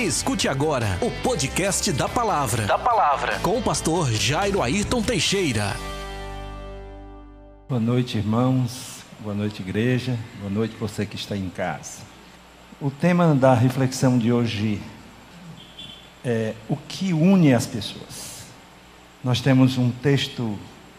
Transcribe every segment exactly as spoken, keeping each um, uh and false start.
Escute agora o podcast da Palavra. Da Palavra. Com o pastor Jairo Ayrton Teixeira. Boa noite, irmãos. Boa noite, igreja. Boa noite, você que está em casa. O tema da reflexão de hoje é o que une as pessoas. Nós temos um texto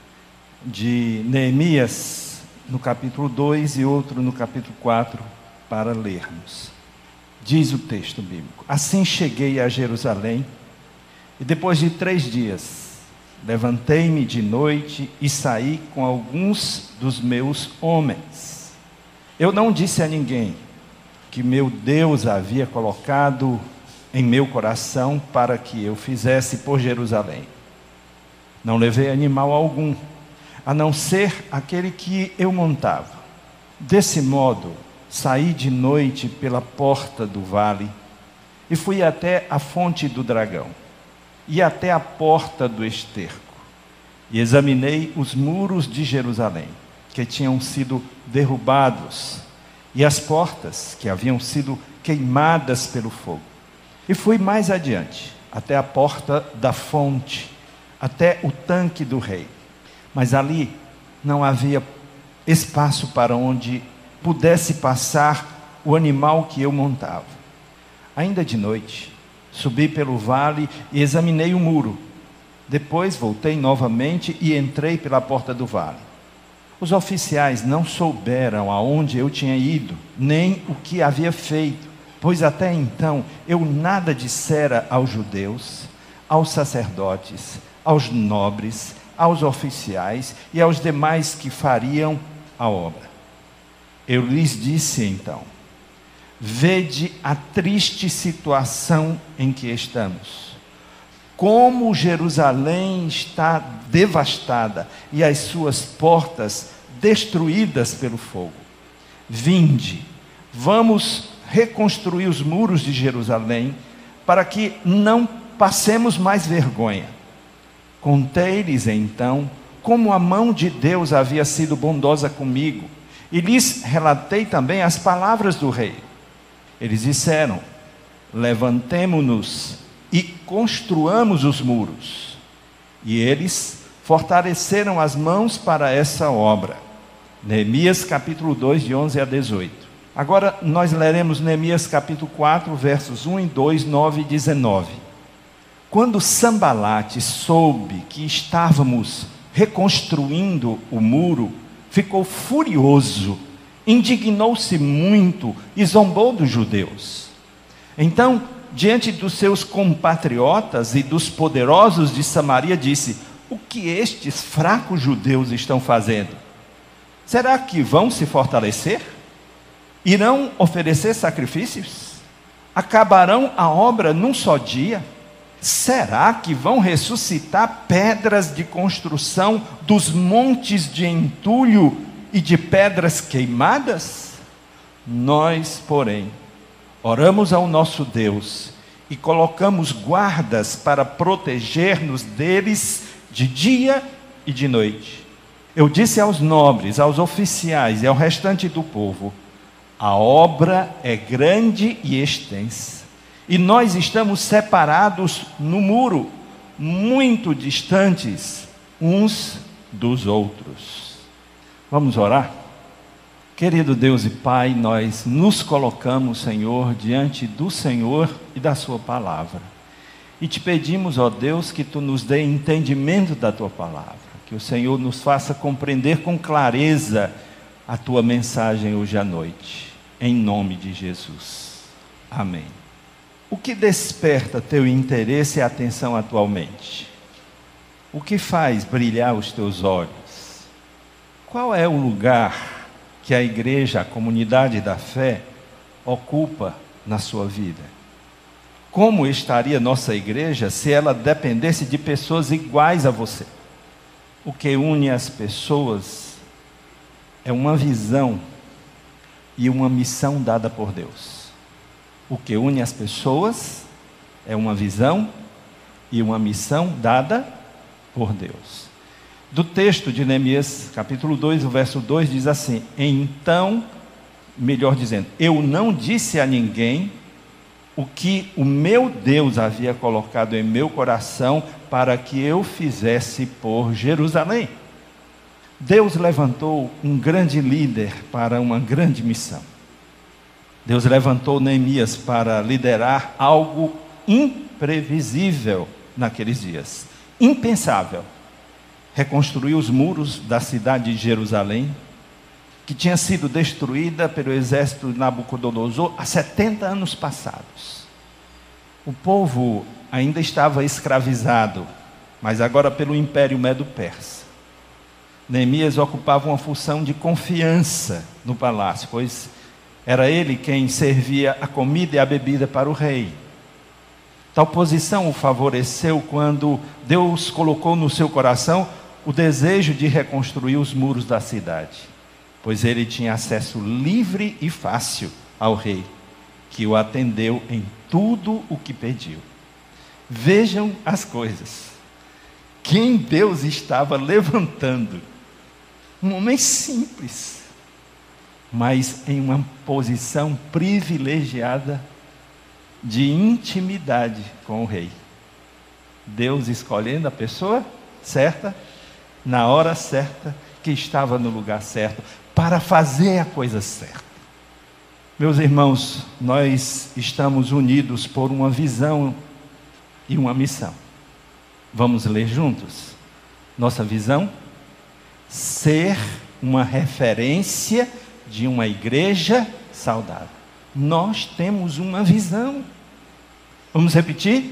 de Neemias no capítulo dois e outro no capítulo quatro para lermos. Diz o texto bíblico: assim cheguei a Jerusalém, e depois de três dias, levantei-me de noite e saí com alguns dos meus homens. Eu não disse a ninguém que meu Deus havia colocado em meu coração para que eu fizesse por Jerusalém. Não levei animal algum, a não ser aquele que eu montava. Desse modo, saí de noite pela porta do vale e fui até a fonte do dragão e até a porta do esterco, e examinei os muros de Jerusalém, que tinham sido derrubados, e as portas que haviam sido queimadas pelo fogo. E fui mais adiante, até a porta da fonte, até o tanque do rei. Mas ali não havia espaço para onde pudesse passar o animal que eu montava. Ainda de noite, subi pelo vale e examinei o muro. Depois voltei novamente e entrei pela porta do vale. Os oficiais não souberam aonde eu tinha ido, nem o que havia feito, pois até então eu nada dissera aos judeus, aos sacerdotes, aos nobres, aos oficiais e aos demais que fariam a obra. Eu lhes disse então: vede a triste situação em que estamos. Como Jerusalém está devastada e as suas portas destruídas pelo fogo. Vinde, vamos reconstruir os muros de Jerusalém, para que não passemos mais vergonha. Contei-lhes então como a mão de Deus havia sido bondosa comigo, e lhes relatei também as palavras do rei. Eles disseram: levantemo-nos e construamos os muros. E eles fortaleceram as mãos para essa obra. Neemias capítulo dois, de onze a dezoito. Agora nós leremos Neemias capítulo quatro, versos um e dois, nove e dezenove. Quando Sambalate soube que estávamos reconstruindo o muro, ficou furioso, indignou-se muito e zombou dos judeus. Então, diante dos seus compatriotas e dos poderosos de Samaria, disse: o que estes fracos judeus estão fazendo? Será que vão se fortalecer? Irão oferecer sacrifícios? Acabarão a obra num só dia? Será que vão ressuscitar pedras de construção dos montes de entulho e de pedras queimadas? Nós, porém, oramos ao nosso Deus e colocamos guardas para proteger-nos deles de dia e de noite. Eu disse aos nobres, aos oficiais e ao restante do povo: a obra é grande e extensa, e nós estamos separados no muro, muito distantes uns dos outros. Vamos orar? Querido Deus e Pai, nós nos colocamos, Senhor, diante do Senhor e da Sua palavra. E te pedimos, ó Deus, que Tu nos dê entendimento da Tua palavra, que o Senhor nos faça compreender com clareza a Tua mensagem hoje à noite. Em nome de Jesus. Amém. O que desperta teu interesse e atenção atualmente? O que faz brilhar os teus olhos? Qual é o lugar que a igreja, a comunidade da fé, ocupa na sua vida? Como estaria nossa igreja se ela dependesse de pessoas iguais a você? O que une as pessoas é uma visão e uma missão dada por Deus. O que une as pessoas é uma visão e uma missão dada por Deus. Do texto de Neemias, capítulo dois, o verso dois, diz assim: então, melhor dizendo, eu não disse a ninguém o que o meu Deus havia colocado em meu coração para que eu fizesse por Jerusalém. Deus levantou um grande líder para uma grande missão. Deus levantou Neemias para liderar algo imprevisível naqueles dias, impensável. Reconstruir os muros da cidade de Jerusalém, que tinha sido destruída pelo exército de Nabucodonosor há setenta anos passados. O povo ainda estava escravizado, mas agora pelo Império Medo-Persa. Neemias ocupava uma função de confiança no palácio, pois era ele quem servia a comida e a bebida para o rei. Tal posição o favoreceu quando Deus colocou no seu coração o desejo de reconstruir os muros da cidade, pois ele tinha acesso livre e fácil ao rei, que o atendeu em tudo o que pediu. Vejam as coisas. Quem Deus estava levantando? Um homem simples, mas em uma posição privilegiada de intimidade com o rei. Deus escolhendo a pessoa certa, na hora certa, que estava no lugar certo, para fazer a coisa certa. Meus irmãos, nós estamos unidos por uma visão e uma missão. Vamos ler juntos? Nossa visão? Ser uma referência de uma igreja saudável. Nós temos uma visão. Vamos repetir?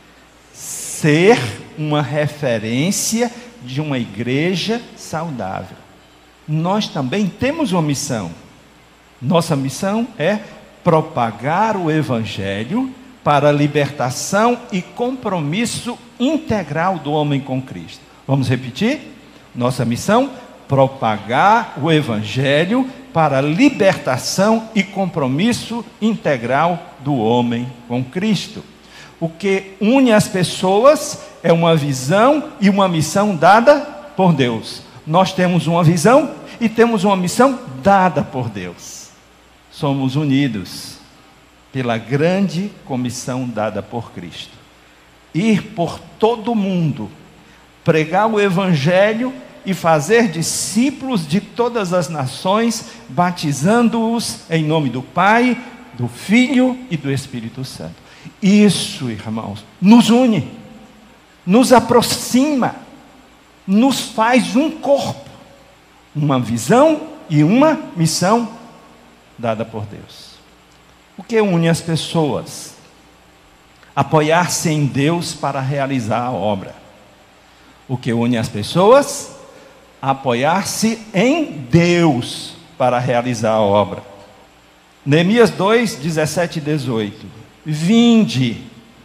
Ser uma referência de uma igreja saudável. Nós também temos uma missão. Nossa missão é propagar o Evangelho para a libertação e compromisso integral do homem com Cristo. Vamos repetir? Nossa missão: propagar o Evangelho para a libertação e compromisso integral do homem com Cristo. O que une as pessoas é uma visão e uma missão dada por Deus. Nós temos uma visão e temos uma missão dada por Deus. Somos unidos pela grande comissão dada por Cristo: ir por todo o mundo, pregar o Evangelho e fazer discípulos de todas as nações, batizando-os em nome do Pai, do Filho e do Espírito Santo. Isso, irmãos, nos une, nos aproxima, nos faz um corpo, uma visão e uma missão dada por Deus. O que une as pessoas? Apoiar-se em Deus para realizar a obra. O que une as pessoas? Apoiar-se em Deus para realizar a obra. Neemias dois, dezessete e dezoito. Vinde,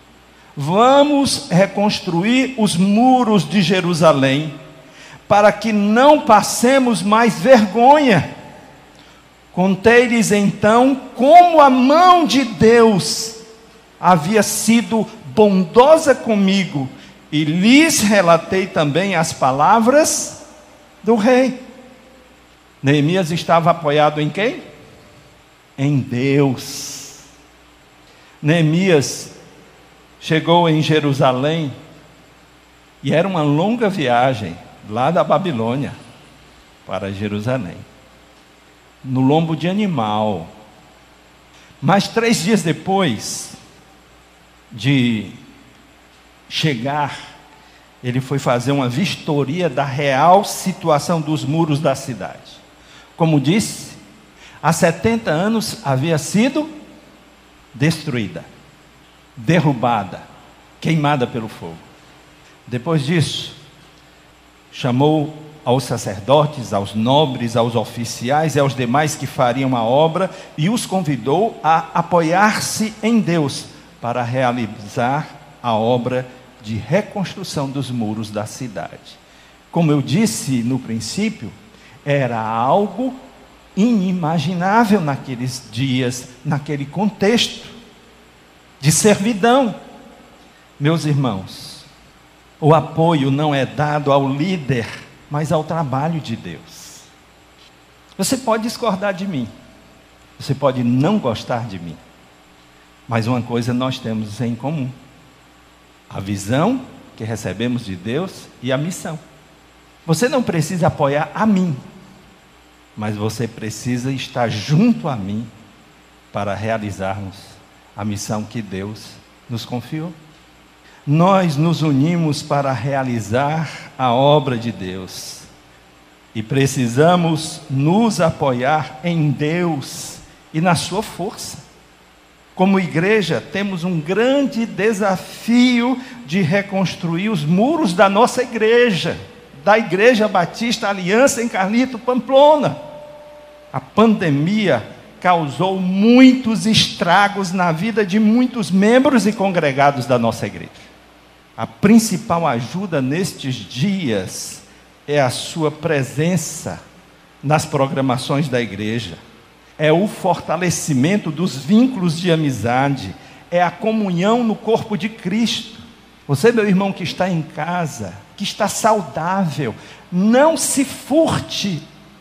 vamos reconstruir os muros de Jerusalém, para que não passemos mais vergonha. Contei-lhes então como a mão de Deus havia sido bondosa comigo, e lhes relatei também as palavras do rei. Neemias estava apoiado em quem? Em Deus. Neemias chegou em Jerusalém, e era uma longa viagem, lá da Babilônia para Jerusalém, no lombo de animal. Mas três dias depois de chegar, ele foi fazer uma vistoria da real situação dos muros da cidade. Como disse, há setenta anos havia sido destruída, derrubada, queimada pelo fogo. Depois disso, chamou aos sacerdotes, aos nobres, aos oficiais e aos demais que fariam a obra, e os convidou a apoiar-se em Deus para realizar a obra de reconstrução dos muros da cidade. Como eu disse no princípio, era algo inimaginável naqueles dias, naquele contexto de servidão. Meus irmãos, o apoio não é dado ao líder, mas ao trabalho de Deus. Você pode discordar de mim, você pode não gostar de mim, Mas uma coisa nós temos em comum: a visão que recebemos de Deus e a missão. Você não precisa apoiar a mim, mas você precisa estar junto a mim para realizarmos a missão que Deus nos confiou. Nós nos unimos para realizar a obra de Deus e precisamos nos apoiar em Deus e na sua força. Como igreja, temos um grande desafio de reconstruir os muros da nossa igreja, da Igreja Batista Aliança em Carlito, Pamplona. A pandemia causou muitos estragos na vida de muitos membros e congregados da nossa igreja. A principal ajuda nestes dias é a sua presença nas programações da igreja, é o fortalecimento dos vínculos de amizade, é a comunhão no corpo de Cristo. Você, meu irmão, que está em casa, que está saudável, não se furte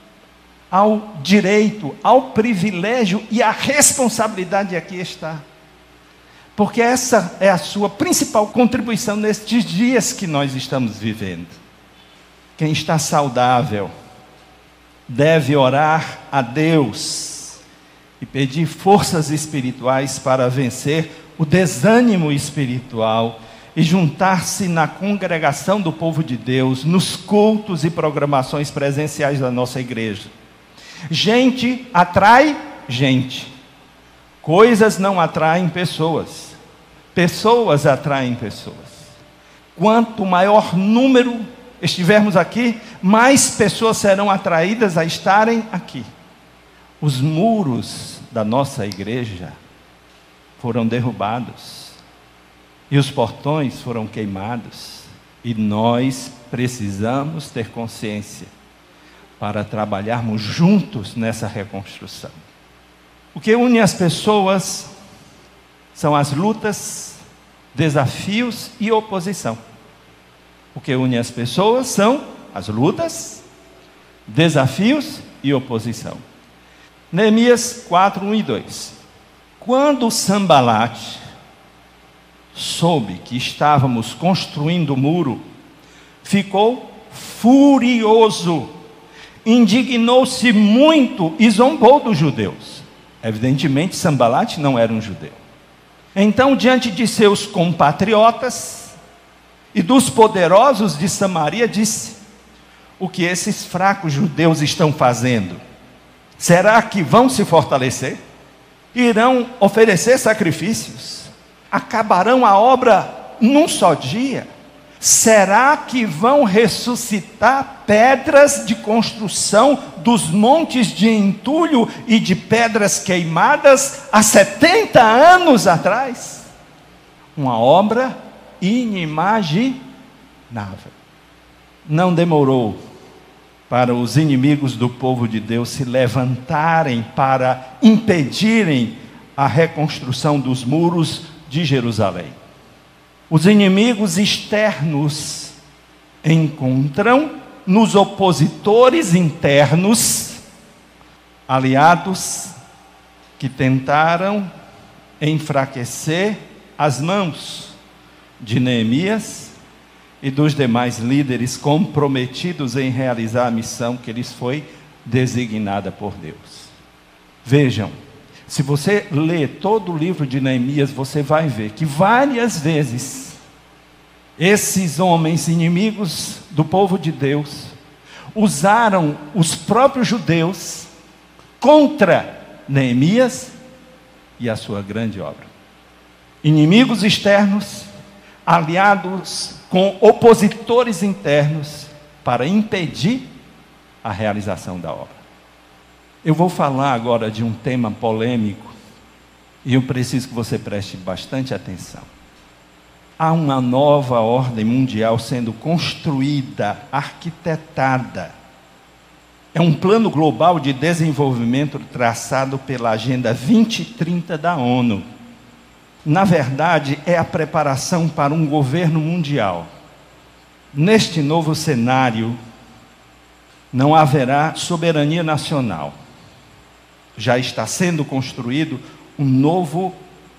ao direito, ao privilégio e à responsabilidade aqui está. Porque essa é a sua principal contribuição nestes dias que nós estamos vivendo. Quem está saudável deve orar a Deus e pedir forças espirituais para vencer o desânimo espiritual e juntar-se na congregação do povo de Deus, nos cultos e programações presenciais da nossa igreja. Gente atrai gente. Coisas não atraem pessoas. Pessoas atraem pessoas. Quanto maior número estivermos aqui, mais pessoas serão atraídas a estarem aqui. Os muros da nossa igreja foram derrubados e os portões foram queimados, e nós precisamos ter consciência para trabalharmos juntos nessa reconstrução. O que une as pessoas são as lutas, desafios e oposição. O que une as pessoas são as lutas, desafios e oposição. Neemias quatro, um e dois. Quando Sambalate soube que estávamos construindo o muro, ficou furioso, indignou-se muito e zombou dos judeus. Evidentemente, Sambalate não era um judeu. Então, diante de seus compatriotas e dos poderosos de Samaria, disse: o que esses fracos judeus estão fazendo? Será que vão se fortalecer? Irão oferecer sacrifícios? Acabarão a obra num só dia? Será que vão ressuscitar pedras de construção dos montes de entulho e de pedras queimadas há setenta anos atrás? Uma obra inimaginável. Não demorou para os inimigos do povo de Deus se levantarem para impedirem a reconstrução dos muros de Jerusalém. Os inimigos externos encontram nos opositores internos aliados que tentaram enfraquecer as mãos de Neemias e dos demais líderes comprometidos em realizar a missão que lhes foi designada por Deus. Vejam, se você ler todo o livro de Neemias, você vai ver que várias vezes esses homens inimigos do povo de Deus usaram os próprios judeus contra Neemias e a sua grande obra. Inimigos externos aliados com opositores internos para impedir a realização da obra. Eu vou falar agora de um tema polêmico e eu preciso que você preste bastante atenção. Há uma nova ordem mundial sendo construída, arquitetada. É um plano global de desenvolvimento traçado pela Agenda vinte trinta da ONU. Na verdade, é a preparação para um governo mundial. Neste novo cenário, não haverá soberania nacional. Já está sendo construído um novo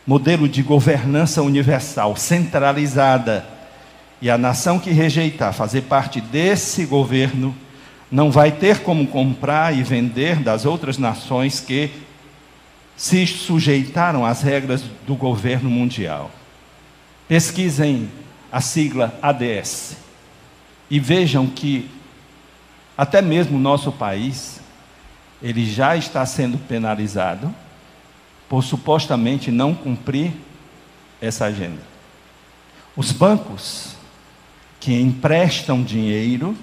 modelo de governança universal, centralizada. E a nação que rejeitar fazer parte desse governo não vai ter como comprar e vender das outras nações que se sujeitaram às regras do governo mundial. Pesquisem a sigla A D S e vejam que até mesmo o nosso país, ele já está sendo penalizado por supostamente não cumprir essa agenda. Os bancos que emprestam dinheiro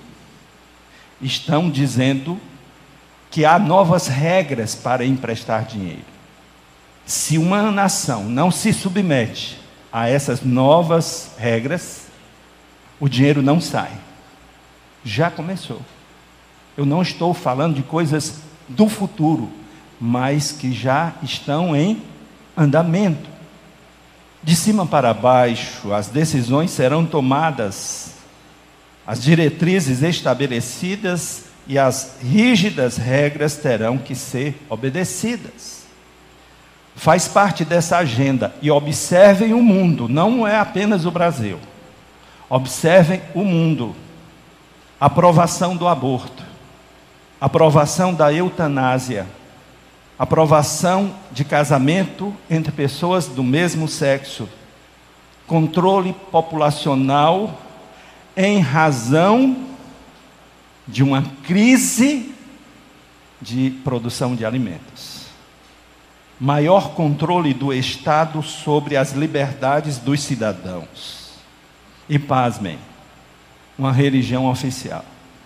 estão dizendo que há novas regras para emprestar dinheiro. Se uma nação não se submete a essas novas regras, o dinheiro não sai. Já começou. Eu não estou falando de coisas do futuro, mas que já estão em andamento. De cima para baixo, as decisões serão tomadas, as diretrizes estabelecidas e as rígidas regras terão que ser obedecidas. Faz parte dessa agenda. E observem o mundo, não é apenas o Brasil. Observem o mundo. Aprovação do aborto, aprovação da eutanásia, aprovação de casamento entre pessoas do mesmo sexo, controle populacional em razão de uma crise de produção de alimentos. Maior controle do Estado sobre as liberdades dos cidadãos. E pasmem, uma religião oficial.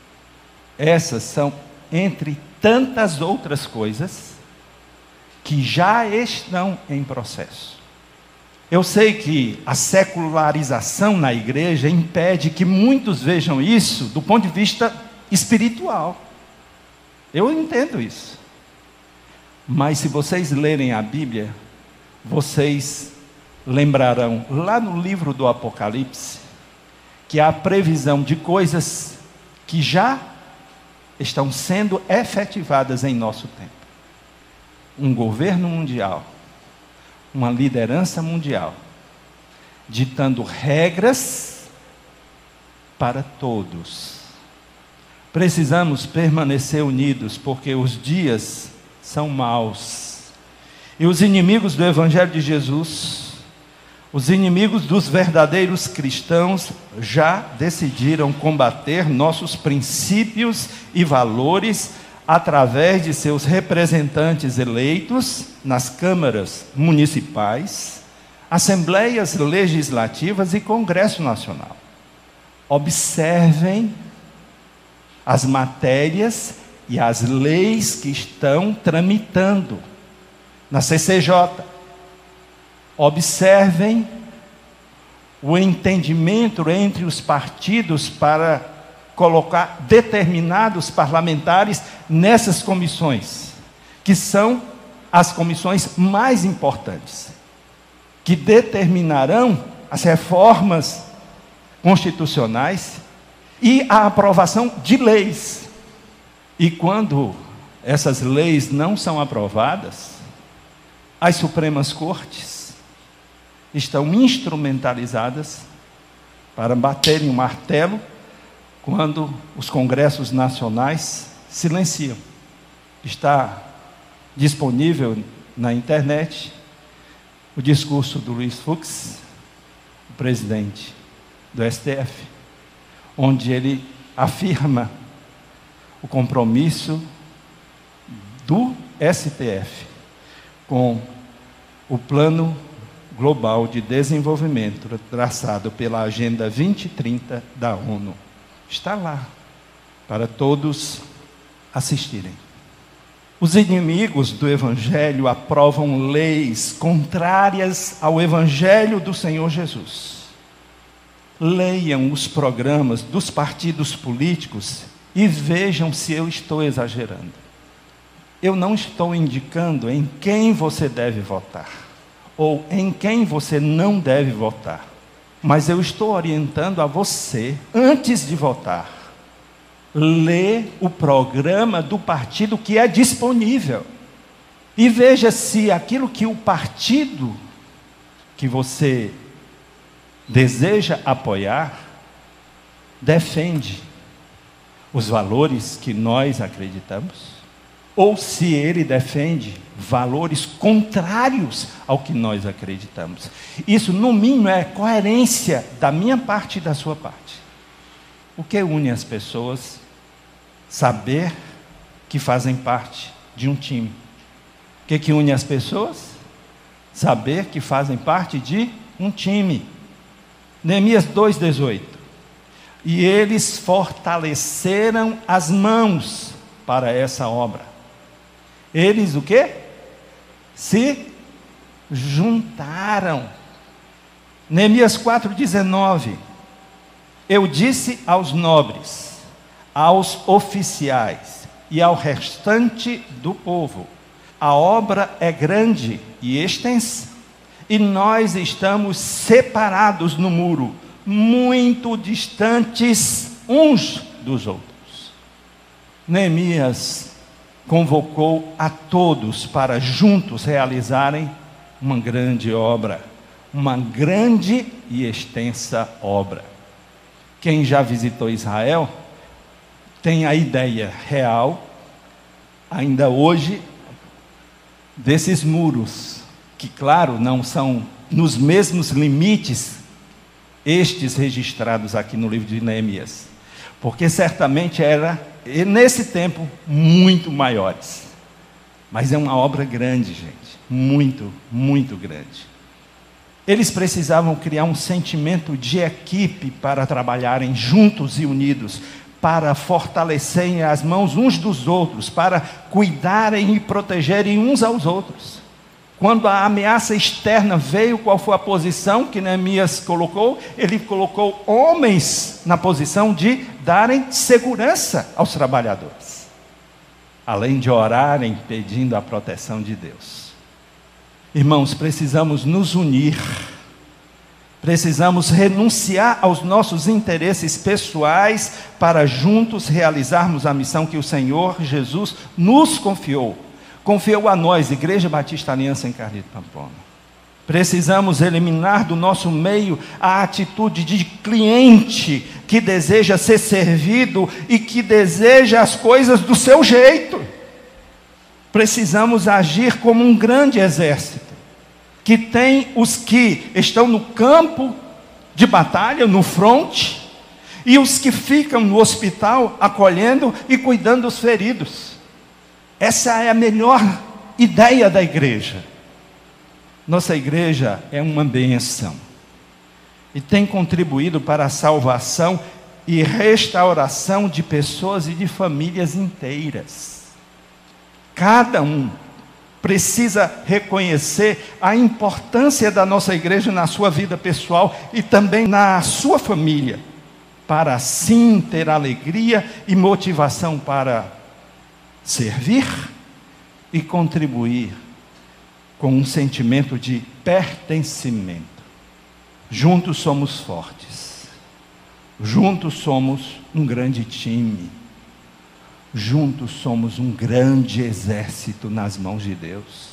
Essas são entre tantas outras coisas que já estão em processo. Eu sei que a secularização na igreja impede que muitos vejam isso do ponto de vista espiritual. Eu entendo isso. Mas se vocês lerem a Bíblia, vocês lembrarão lá no livro do Apocalipse que há previsão de coisas que já estão sendo efetivadas em nosso tempo. Um governo mundial, uma liderança mundial, ditando regras para todos. Precisamos permanecer unidos, porque os dias são maus. E os inimigos do Evangelho de Jesus, os inimigos dos verdadeiros cristãos, já decidiram combater nossos princípios e valores através de seus representantes eleitos nas câmaras municipais, assembleias legislativas e Congresso Nacional. Observem as matérias e as leis que estão tramitando na C C J. Observem o entendimento entre os partidos para colocar determinados parlamentares nessas comissões, que são as comissões mais importantes, que determinarão as reformas constitucionais e a aprovação de leis. E quando essas leis não são aprovadas, as Supremas Cortes estão instrumentalizadas para baterem o martelo quando os congressos nacionais silenciam. Está disponível na internet o discurso do Luiz Fux, o presidente do S T F, onde ele afirma o compromisso do S T F com o plano global de desenvolvimento traçado pela Agenda vinte trinta da ONU. Está lá para todos assistirem. Os inimigos do Evangelho aprovam leis contrárias ao Evangelho do Senhor Jesus. Leiam os programas dos partidos políticos e vejam se eu estou exagerando. Eu não estou indicando em quem você deve votar, ou em quem você não deve votar, mas eu estou orientando a você, antes de votar, lê o programa do partido que é disponível, e veja se aquilo que o partido que você deseja apoiar, defende os valores que nós acreditamos, ou se ele defende valores contrários ao que nós acreditamos. Isso, no mínimo, é coerência da minha parte e da sua parte. O que une as pessoas? Saber que fazem parte de um time. O que, que une as pessoas? Saber que fazem parte de um time. Neemias dois, dezoito. E eles fortaleceram as mãos para essa obra. Eles o quê? Se juntaram. Neemias quatro, dezenove. Eu disse aos nobres, aos oficiais e ao restante do povo: a obra é grande e extensa, e nós estamos separados no muro, muito distantes uns dos outros. Neemias convocou a todos para juntos realizarem uma grande obra, uma grande e extensa obra. Quem já visitou Israel tem a ideia real, ainda hoje, desses muros, que claro, não são nos mesmos limites estes registrados aqui no livro de Neemias, porque certamente era, nesse tempo, muito maiores. Mas é uma obra grande, gente, muito, muito grande. Eles precisavam criar um sentimento de equipe para trabalharem juntos e unidos, para fortalecerem as mãos uns dos outros, para cuidarem e protegerem uns aos outros. Quando a ameaça externa veio, qual foi a posição que Neemias colocou? Ele colocou homens na posição de darem segurança aos trabalhadores, além de orarem pedindo a proteção de Deus. Irmãos, precisamos nos unir, precisamos renunciar aos nossos interesses pessoais para juntos realizarmos a missão que o Senhor Jesus nos confiou. Confiou a nós, Igreja Batista Aliança em Carnito Pamplona. Precisamos eliminar do nosso meio a atitude de cliente que deseja ser servido e que deseja as coisas do seu jeito. Precisamos agir como um grande exército, que tem os que estão no campo de batalha, no fronte, e os que ficam no hospital acolhendo e cuidando dos feridos. Essa é a melhor ideia da igreja. Nossa igreja é uma bênção e tem contribuído para a salvação e restauração de pessoas e de famílias inteiras. Cada um precisa reconhecer a importância da nossa igreja na sua vida pessoal e também na sua família, para assim ter alegria e motivação para servir e contribuir com um sentimento de pertencimento. Juntos somos fortes. Juntos somos um grande time. Juntos somos um grande exército nas mãos de Deus.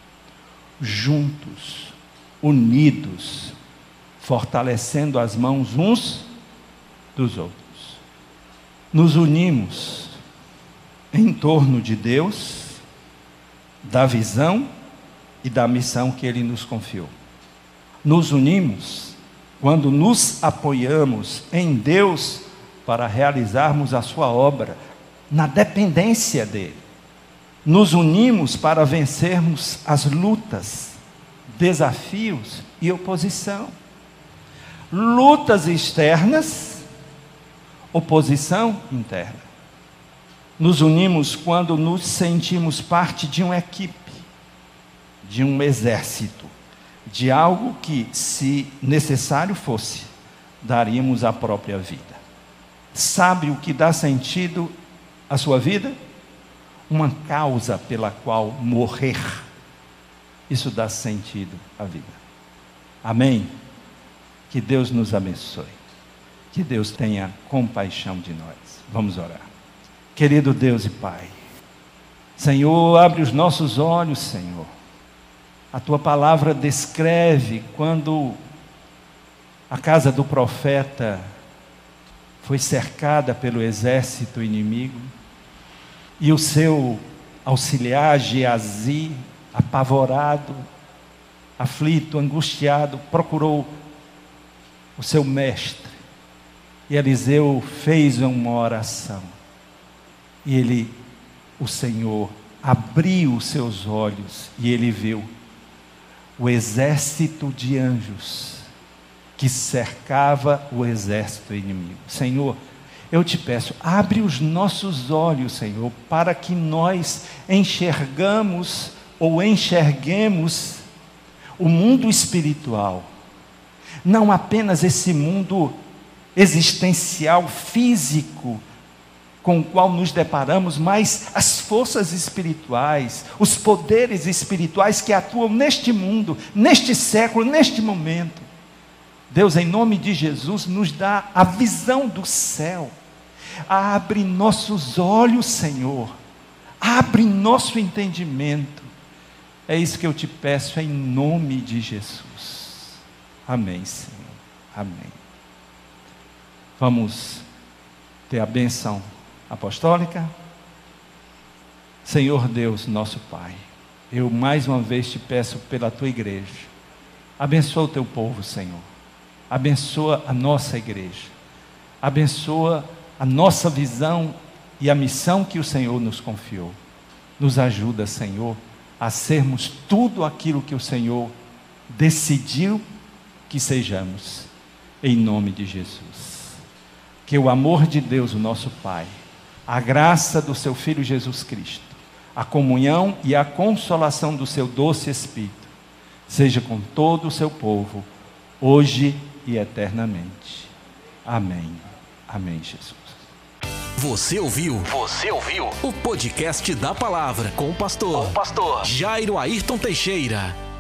Juntos, unidos, fortalecendo as mãos uns dos outros. Nos unimos em torno de Deus, da visão e da missão que Ele nos confiou. Nos unimos quando nos apoiamos em Deus para realizarmos a sua obra na dependência dEle. Nos unimos para vencermos as lutas, desafios e oposição. Lutas externas, oposição interna. Nos unimos quando nos sentimos parte de uma equipe, de um exército, de algo que, se necessário fosse, daríamos a própria vida. Sabe o que dá sentido à sua vida? Uma causa pela qual morrer. Isso dá sentido à vida. Amém? Que Deus nos abençoe. Que Deus tenha compaixão de nós. Vamos orar. Querido Deus e Pai, Senhor, abre os nossos olhos, Senhor, A tua palavra descreve quando a casa do profeta foi cercada pelo exército inimigo e o seu auxiliar Geazi, apavorado, aflito, angustiado, procurou o seu mestre. E Eliseu fez uma oração. E ele, o Senhor, abriu os seus olhos e ele viu o exército de anjos que cercava o exército inimigo. Senhor, eu te peço, abre os nossos olhos, Senhor, para que nós enxergamos ou enxerguemos o mundo espiritual. Não apenas esse mundo existencial, físico, com o qual nos deparamos, mas as forças espirituais, os poderes espirituais que atuam neste mundo, neste século, neste momento. Deus, em nome de Jesus, nos dá a visão do céu. Abre nossos olhos, Senhor. Abre nosso entendimento. É isso que eu te peço em nome de Jesus. Amém, Senhor. Amém. Vamos ter a bênção apostólica. Senhor Deus, nosso Pai, eu mais uma vez te peço pela tua igreja. Abençoa o teu povo, Senhor. Abençoa a nossa igreja. Abençoa a nossa visão e a missão que o Senhor nos confiou. Nos ajuda, Senhor, a sermos tudo aquilo que o Senhor decidiu que sejamos, em nome de Jesus. Que o amor de Deus, o nosso Pai, a graça do seu Filho Jesus Cristo, a comunhão e a consolação do seu doce Espírito, seja com todo o seu povo, hoje e eternamente. Amém. Amém, Jesus. Você ouviu? Você ouviu? O podcast da palavra com o pastor, com o pastor Jairo Ayrton Teixeira.